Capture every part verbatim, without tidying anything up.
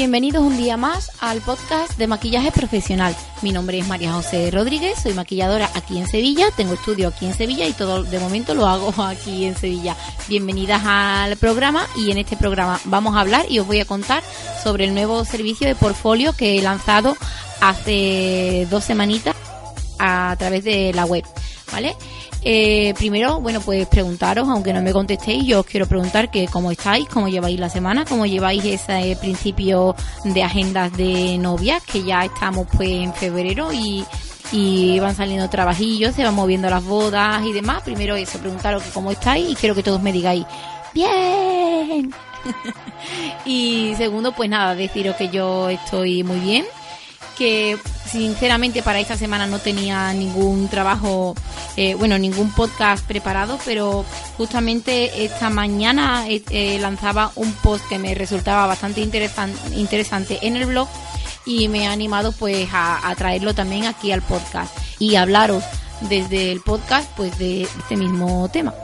bienvenidos un día más al podcast de maquillaje profesional. Mi nombre es María José Rodríguez, soy maquilladora aquí en Sevilla, tengo estudio aquí en Sevilla y todo de momento lo hago aquí en Sevilla. Bienvenidas al programa y en este programa vamos a hablar y os voy a contar sobre el nuevo servicio de portfolio que he lanzado hace dos semanitas a través de la web, ¿vale? Eh, primero, bueno, pues preguntaros, aunque no me contestéis, yo os quiero preguntar que cómo estáis, cómo lleváis la semana, cómo lleváis ese principio de agendas de novias, que ya estamos pues en febrero y, y van saliendo trabajillos, se van moviendo las bodas y demás. Primero eso, preguntaros que cómo estáis y quiero que todos me digáis ¡bien! Y segundo, pues nada, deciros que yo estoy muy bien, que sinceramente para esta semana no tenía ningún trabajo, eh, bueno, ningún podcast preparado, pero justamente esta mañana eh, eh, lanzaba un post que me resultaba bastante interesan, interesante en el blog y me ha animado pues a, a traerlo también aquí al podcast y hablaros desde el podcast pues de este mismo tema.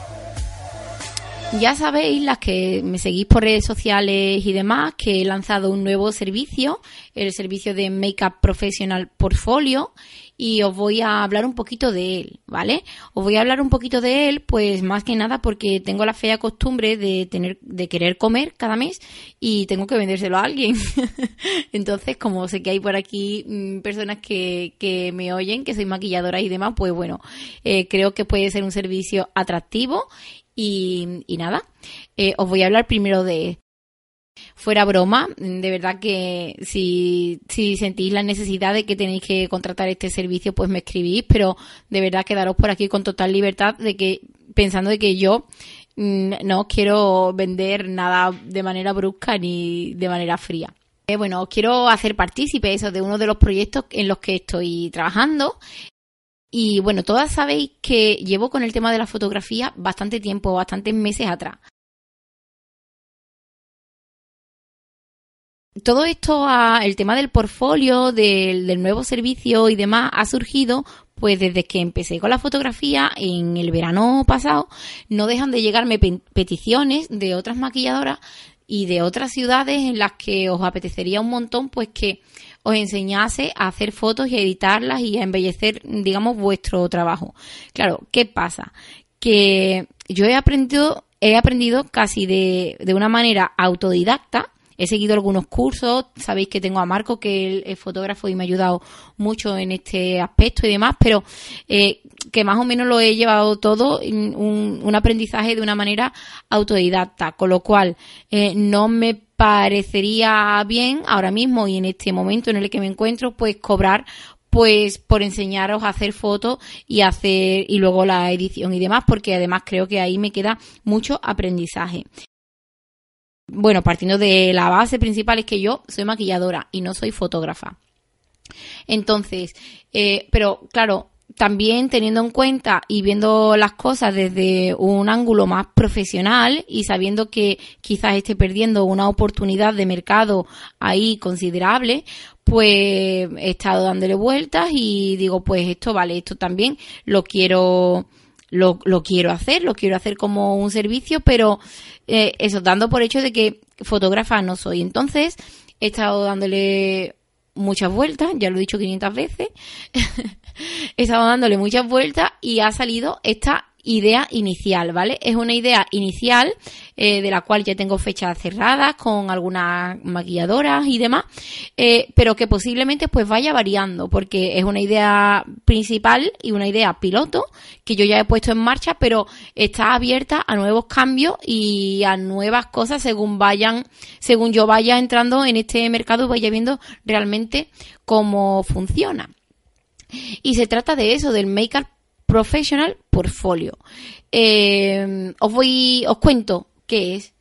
Ya sabéis, las que me seguís por redes sociales y demás, que he lanzado un nuevo servicio, el servicio de Makeup Professional Portfolio, y os voy a hablar un poquito de él, ¿vale? Os voy a hablar un poquito de él, pues más que nada porque tengo la fea costumbre de tener, de querer comer cada mes y tengo que vendérselo a alguien. Entonces, como sé que hay por aquí mmm, personas que, que me oyen, que soy maquilladora y demás, pues bueno, eh, creo que puede ser un servicio atractivo. Y, y nada, eh, os voy a hablar primero de, fuera broma, de verdad que si, si sentís la necesidad de que tenéis que contratar este servicio, pues me escribís, pero de verdad quedaros por aquí con total libertad de que, pensando de que yo mmm, no os quiero vender nada de manera brusca ni de manera fría. Eh, bueno, os quiero hacer partícipe eso de uno de los proyectos en los que estoy trabajando. Y bueno, todas sabéis que llevo con el tema de la fotografía bastante tiempo, bastantes meses atrás. Todo esto, el tema del portfolio, del, del nuevo servicio y demás, ha surgido pues desde que empecé con la fotografía en el verano pasado. No dejan de llegarme pe- peticiones de otras maquilladoras y de otras ciudades en las que os apetecería un montón pues que os enseñase a hacer fotos y a editarlas y a embellecer, digamos, vuestro trabajo. Claro, ¿qué pasa? Que yo he aprendido, he aprendido casi de, de una manera autodidacta. He seguido algunos cursos, sabéis que tengo a Marco, que él es fotógrafo y me ha ayudado mucho en este aspecto y demás, pero eh, que más o menos lo he llevado todo, un, un aprendizaje de una manera autodidacta, con lo cual eh, no me parecería bien ahora mismo y en este momento en el que me encuentro, pues cobrar pues por enseñaros a hacer fotos y hacer y luego la edición y demás, porque además creo que ahí me queda mucho aprendizaje. Bueno, partiendo de la base principal es que yo soy maquilladora y no soy fotógrafa. Entonces, eh, pero claro, también teniendo en cuenta y viendo las cosas desde un ángulo más profesional y sabiendo que quizás esté perdiendo una oportunidad de mercado ahí considerable, pues he estado dándole vueltas y digo, pues esto vale, esto también lo quiero... Lo, lo quiero hacer, lo quiero hacer como un servicio, pero eh, eso, dando por hecho de que fotógrafa no soy. Entonces, he estado dándole muchas vueltas, ya lo he dicho quinientas veces, he estado dándole muchas vueltas y ha salido esta idea inicial, ¿vale? Es una idea inicial eh, de la cual ya tengo fechas cerradas con algunas maquilladoras y demás, eh, pero que posiblemente pues vaya variando porque es una idea principal y una idea piloto que yo ya he puesto en marcha, pero está abierta a nuevos cambios y a nuevas cosas según vayan, según yo vaya entrando en este mercado y vaya viendo realmente cómo funciona. Y se trata de eso, del Makeup Professional Portfolio. Eh, os voy, os cuento qué es.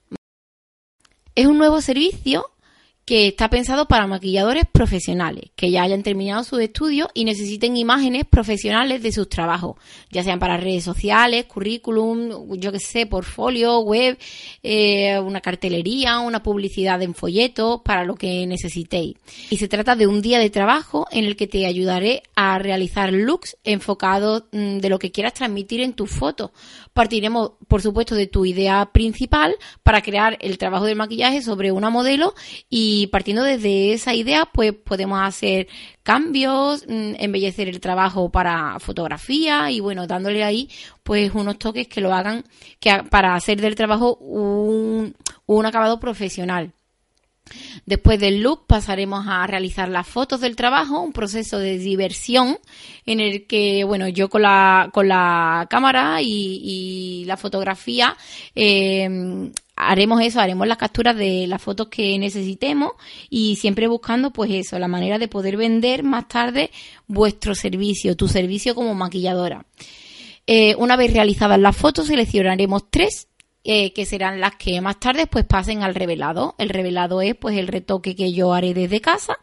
Es un nuevo servicio que está pensado para maquilladores profesionales que ya hayan terminado sus estudios y necesiten imágenes profesionales de sus trabajos, ya sean para redes sociales, currículum, yo qué sé, portfolio, web, eh, una cartelería, una publicidad en folletos, para lo que necesitéis. Y se trata de un día de trabajo en el que te ayudaré a realizar looks enfocados mmm, de lo que quieras transmitir en tus fotos. Partiremos, por supuesto, de tu idea principal para crear el trabajo del maquillaje sobre una modelo y Y partiendo desde esa idea, pues podemos hacer cambios, embellecer el trabajo para fotografía y bueno, dándole ahí pues unos toques que lo hagan, que para hacer del trabajo un, un acabado profesional. Después del look pasaremos a realizar las fotos del trabajo, un proceso de diversión en el que, bueno, yo con la con la cámara y, y la fotografía eh, haremos eso, haremos las capturas de las fotos que necesitemos y siempre buscando, pues eso, la manera de poder vender más tarde vuestro servicio, tu servicio como maquilladora. Eh, una vez realizadas las fotos, seleccionaremos tres. Eh, que serán las que más tarde pues pasen al revelado. El revelado es pues el retoque que yo haré desde casa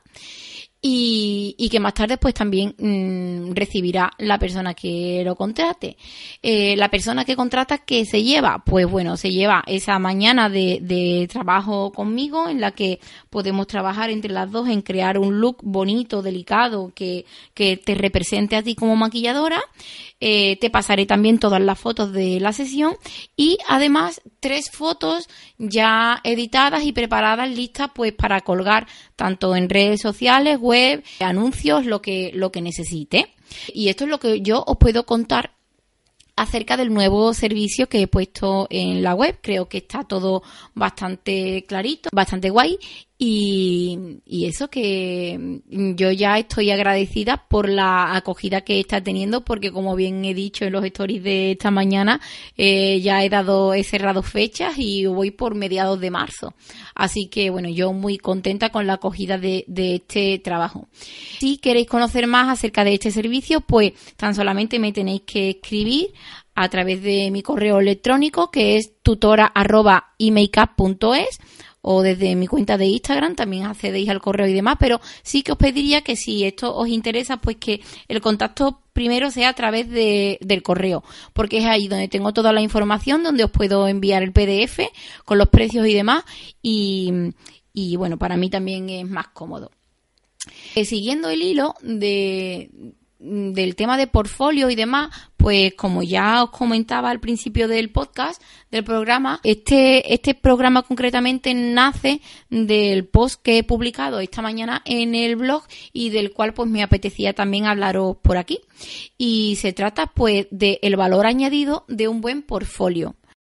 y, y que más tarde pues también mmm, recibirá la persona que lo contrate. Eh, la persona que contrata, ¿qué se lleva? Pues bueno, se lleva esa mañana de, de trabajo conmigo en la que podemos trabajar entre las dos en crear un look bonito, delicado, que, que te represente a ti como maquilladora. Eh, te pasaré también todas las fotos de la sesión y además tres fotos ya editadas y preparadas, listas pues para colgar tanto en redes sociales, web, anuncios, lo que, lo que necesite. Y esto es lo que yo os puedo contar acerca del nuevo servicio que he puesto en la web. Creo que está todo bastante clarito, bastante guay. Y, y eso, que yo ya estoy agradecida por la acogida que está teniendo, porque como bien he dicho en los stories de esta mañana, eh, ya he dado, he cerrado fechas y voy por mediados de marzo. Así que bueno, yo muy contenta con la acogida de, de este trabajo. Si queréis conocer más acerca de este servicio, pues tan solamente me tenéis que escribir a través de mi correo electrónico, que es tutora arroba imakeup punto es, o desde mi cuenta de Instagram también accedéis al correo y demás, pero sí que os pediría que si esto os interesa, pues que el contacto primero sea a través de, del correo, porque es ahí donde tengo toda la información, donde os puedo enviar el P D F con los precios y demás, y, y bueno, para mí también es más cómodo. Eh, siguiendo el hilo de... del tema de portfolio y demás, pues como ya os comentaba al principio del podcast, del programa, este, este programa concretamente nace del post que he publicado esta mañana en el blog y del cual pues me apetecía también hablaros por aquí. Y se trata pues de el valor añadido de un buen portfolio.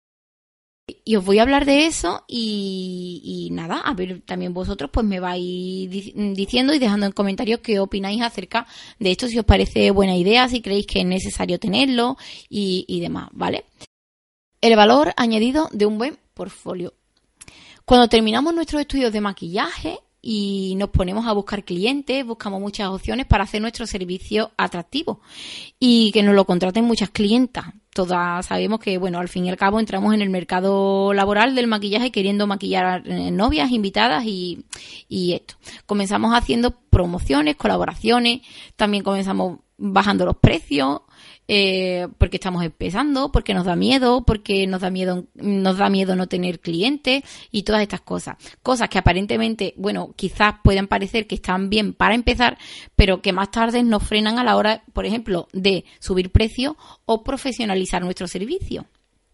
Y os voy a hablar de eso y, y nada, a ver también vosotros pues me vais diciendo y dejando en comentarios qué opináis acerca de esto, si os parece buena idea, si creéis que es necesario tenerlo y, y demás, ¿vale? El valor añadido de un buen portfolio. Cuando terminamos nuestros estudios de maquillaje y nos ponemos a buscar clientes, buscamos muchas opciones para hacer nuestro servicio atractivo y que nos lo contraten muchas clientas. Todas sabemos que, bueno, al fin y al cabo entramos en el mercado laboral del maquillaje queriendo maquillar a novias, invitadas y, y esto. Comenzamos haciendo promociones, colaboraciones, también comenzamos bajando los precios, eh, porque estamos empezando, porque nos da miedo, porque nos da miedo, nos da miedo no tener clientes y todas estas cosas. Cosas que aparentemente, bueno, quizás puedan parecer que están bien para empezar, pero que más tarde nos frenan a la hora, por ejemplo, de subir precios o profesionalizar nuestro servicio.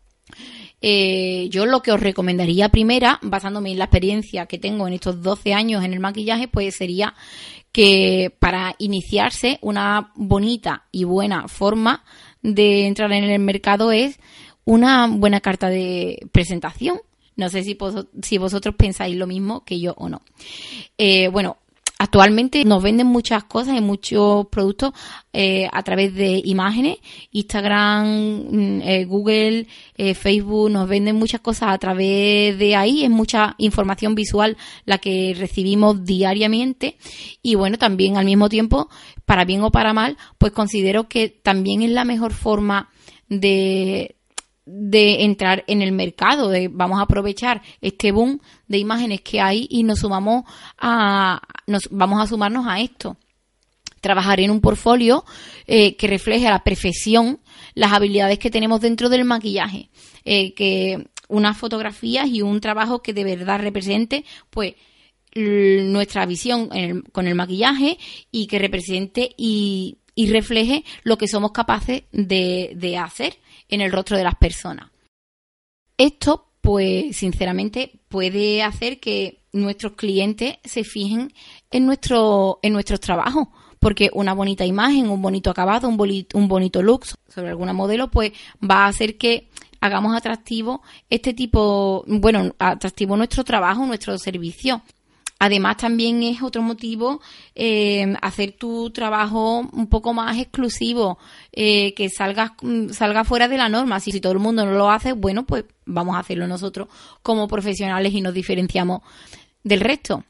Eh, yo lo que os recomendaría primera, basándome en la experiencia que tengo en estos doce años en el maquillaje, pues sería que para iniciarse una bonita y buena forma de entrar en el mercado es una buena carta de presentación. No sé si, vos, si vosotros pensáis lo mismo que yo o no. Eh, bueno, actualmente nos venden muchas cosas y muchos productos eh, a través de imágenes. Instagram, eh, Google, eh, Facebook, nos venden muchas cosas a través de ahí. Es mucha información visual la que recibimos diariamente. Y bueno, también al mismo tiempo, para bien o para mal, pues considero que también es la mejor forma de... de entrar en el mercado, de vamos a aprovechar este boom de imágenes que hay y nos sumamos a, nos vamos a sumarnos a esto. Trabajar en un portfolio eh, que refleje a la perfección las habilidades que tenemos dentro del maquillaje, eh, que unas fotografías y un trabajo que de verdad represente pues nuestra visión en el, con el maquillaje y que represente y, y refleje lo que somos capaces de, de hacer en el rostro de las personas. Esto, pues, sinceramente, puede hacer que nuestros clientes se fijen en nuestro en nuestros trabajos, porque una bonita imagen, un bonito acabado, un bonito, un bonito look sobre alguna modelo, pues va a hacer que hagamos atractivo este tipo, bueno, atractivo nuestro trabajo, nuestro servicio. Además, también es otro motivo eh, hacer tu trabajo un poco más exclusivo, eh, que salga, salga fuera de la norma. Si, si todo el mundo no lo hace, bueno, pues vamos a hacerlo nosotros como profesionales y nos diferenciamos del resto.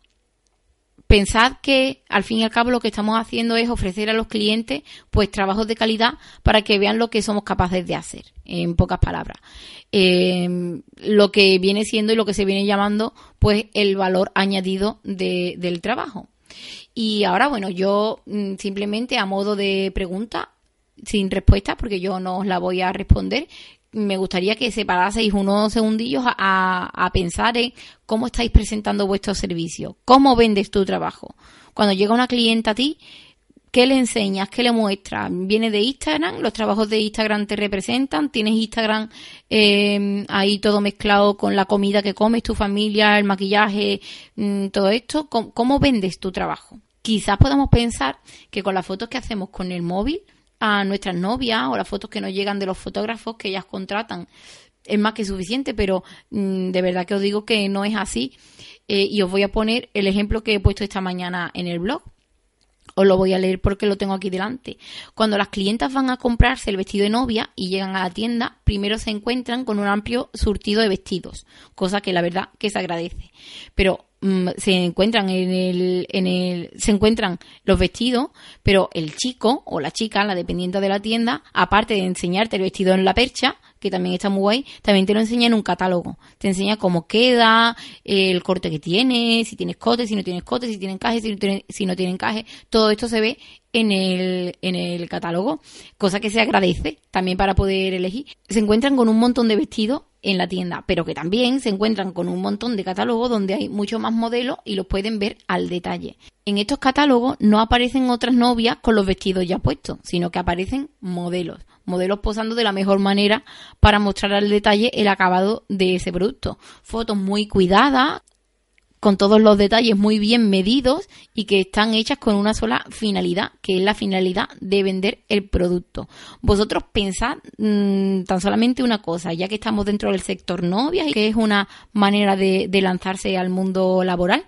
Pensad que al fin y al cabo lo que estamos haciendo es ofrecer a los clientes pues trabajos de calidad para que vean lo que somos capaces de hacer, en pocas palabras. Eh, lo que viene siendo y lo que se viene llamando pues el valor añadido de, del trabajo. Y ahora, bueno, yo simplemente a modo de pregunta, sin respuesta, porque yo no os la voy a responder, me gustaría que separaseis unos segundillos a, a, a pensar en cómo estáis presentando vuestro servicio, cómo vendes tu trabajo. Cuando llega una clienta a ti, ¿qué le enseñas? ¿Qué le muestras? ¿Viene de Instagram? ¿Los trabajos de Instagram te representan? ¿Tienes Instagram eh, ahí todo mezclado con la comida que comes, tu familia, el maquillaje, mmm, todo esto? ¿Cómo, ¿Cómo vendes tu trabajo? Quizás podamos pensar que con las fotos que hacemos con el móvil a nuestras novias o las fotos que nos llegan de los fotógrafos que ellas contratan es más que suficiente, pero mmm, de verdad que os digo que no es así. Eh, y os voy a poner el ejemplo que he puesto esta mañana en el blog. Os lo voy a leer porque lo tengo aquí delante. Cuando las clientas van a comprarse el vestido de novia y llegan a la tienda, primero se encuentran con un amplio surtido de vestidos, cosa que la verdad que se agradece. Pero mmm, se encuentran en el, en el, se encuentran los vestidos, pero el chico o la chica, la dependiente de la tienda, aparte de enseñarte el vestido en la percha, que también está muy guay, también te lo enseña en un catálogo. Te enseña cómo queda, el corte que tiene, si tiene escote, si no tiene escote, si tiene encaje, si no tiene, si no tiene encaje. Todo esto se ve en el, en el catálogo, cosa que se agradece también para poder elegir. Se encuentran con un montón de vestidos en la tienda, pero que también se encuentran con un montón de catálogos donde hay muchos más modelos y los pueden ver al detalle. En estos catálogos no aparecen otras novias con los vestidos ya puestos, sino que aparecen modelos. Modelos posando de la mejor manera para mostrar al detalle el acabado de ese producto. Fotos muy cuidadas, con todos los detalles muy bien medidos y que están hechas con una sola finalidad, que es la finalidad de vender el producto. Vosotros pensad mmm, tan solamente una cosa, ya que estamos dentro del sector novias y que es una manera de, de lanzarse al mundo laboral.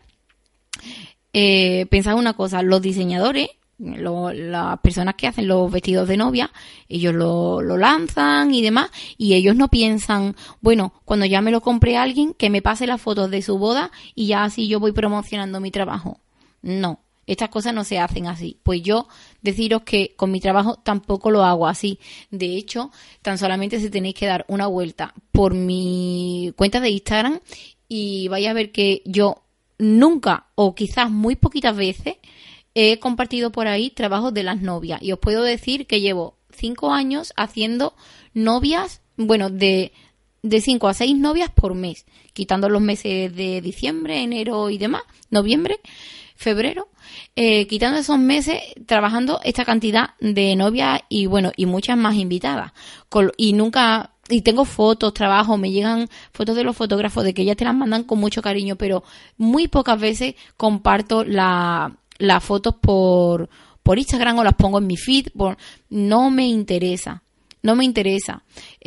Eh, pensad una cosa, los diseñadores, Lo, las personas que hacen los vestidos de novia, ellos lo, lo lanzan y demás, y ellos no piensan, bueno, cuando ya me lo compre alguien, que me pase las fotos de su boda y ya así yo voy promocionando mi trabajo. No, estas cosas no se hacen así. Pues yo deciros que con mi trabajo tampoco lo hago así. De hecho, tan solamente si tenéis que dar una vuelta por mi cuenta de Instagram y vais a ver que yo nunca, o quizás muy poquitas veces, he compartido por ahí trabajos de las novias y os puedo decir que llevo cinco años haciendo novias, bueno, de, de cinco a seis novias por mes, quitando los meses de diciembre, enero y demás, noviembre, febrero, eh, quitando esos meses trabajando esta cantidad de novias y bueno, y muchas más invitadas. Con, y nunca... Y tengo fotos, trabajo, me llegan fotos de los fotógrafos de que ellas te las mandan con mucho cariño, pero muy pocas veces comparto la... las fotos por, por Instagram o las pongo en mi feed, por, no me interesa, no me interesa.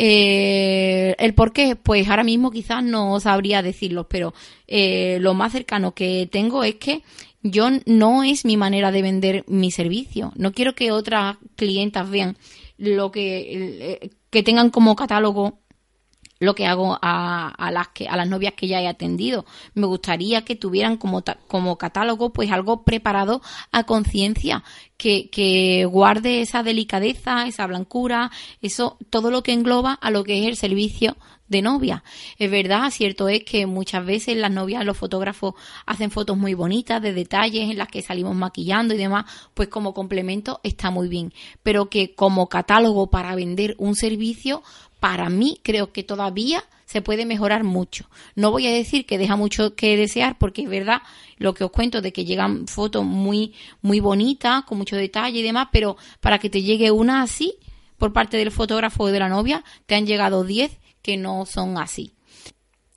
Eh, ¿El por qué? Pues ahora mismo quizás no sabría decirlo, pero eh, lo más cercano que tengo es que yo no es mi manera de vender mi servicio. No quiero que otras clientas vean lo que, que tengan como catálogo lo que hago a, a las que a las novias que ya he atendido. Me gustaría que tuvieran como ta, como catálogo pues algo preparado a conciencia, que, que guarde esa delicadeza, esa blancura, eso, todo lo que engloba a lo que es el servicio de novia. Es verdad, cierto es que muchas veces las novias, los fotógrafos hacen fotos muy bonitas de detalles en las que salimos maquillando y demás, pues como complemento está muy bien, pero que como catálogo para vender un servicio, para mí creo que todavía se puede mejorar mucho. No voy a decir que deja mucho que desear, porque es verdad lo que os cuento de que llegan fotos muy, muy bonitas, con mucho detalle y demás, pero para que te llegue una así por parte del fotógrafo o de la novia, te han llegado diez que no son así.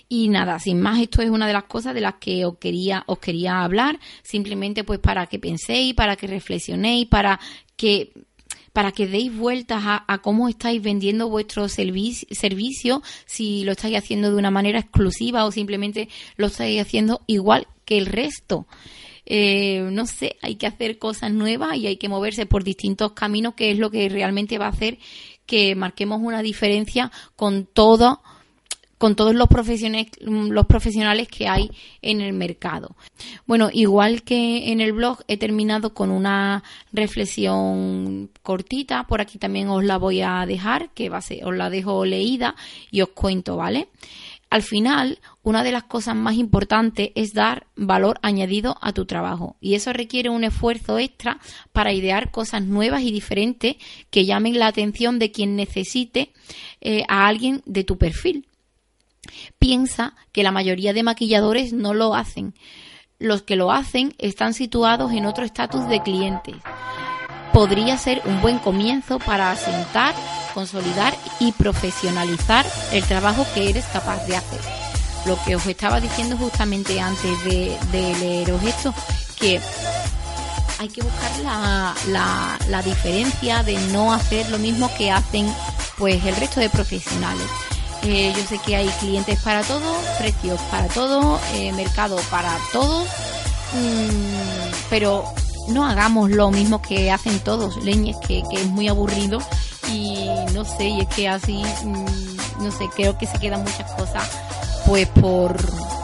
Y nada, sin más, esto es una de las cosas de las que os quería, os quería hablar, simplemente pues para que penséis, para que reflexionéis, para que para que deis vueltas a, a cómo estáis vendiendo vuestro servicio, servicio, si lo estáis haciendo de una manera exclusiva o simplemente lo estáis haciendo igual que el resto. Eh, no sé, hay que hacer cosas nuevas y hay que moverse por distintos caminos, que es lo que realmente va a hacer que marquemos una diferencia con todo con todos los profesionales, los profesionales que hay en el mercado. Bueno, igual que en el blog he terminado con una reflexión cortita, por aquí también os la voy a dejar, que va a ser, os la dejo leída y os cuento, ¿vale? Al final, una de las cosas más importantes es dar valor añadido a tu trabajo, y eso requiere un esfuerzo extra para idear cosas nuevas y diferentes que llamen la atención de quien necesite eh, a alguien de tu perfil. Piensa que la mayoría de maquilladores no lo hacen. Los que lo hacen están situados en otro estatus de clientes. Podría ser un buen comienzo para asentar, consolidar y profesionalizar el trabajo que eres capaz de hacer. Lo que os estaba diciendo justamente antes de, de leeros esto, que hay que buscar la, la, la diferencia de no hacer lo mismo que hacen pues el resto de profesionales. Eh, yo sé que hay clientes para todo, precios para todo, eh, mercado para todos, mmm, pero no hagamos lo mismo que hacen todos, leñes, que, que es muy aburrido y no sé, y es que así, mmm, no sé, creo que se quedan muchas cosas pues por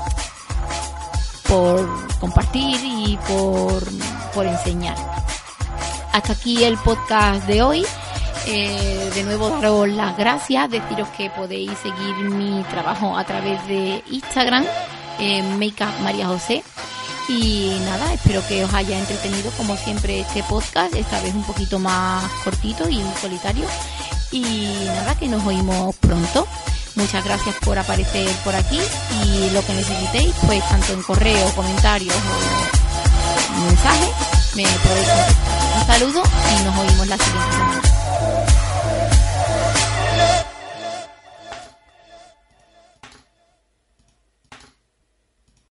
por compartir y por, por enseñar. Hasta aquí el podcast de hoy. Eh, de nuevo daros las gracias, deciros que podéis seguir mi trabajo a través de Instagram, eh, Makeup María José, y nada, espero que os haya entretenido como siempre este podcast, esta vez un poquito más cortito y solitario, y nada, que nos oímos pronto. Muchas gracias por aparecer por aquí, y lo que necesitéis, pues tanto en correo, comentarios o mensajes, me podéis contactar. Un saludo y nos oímos la siguiente semana.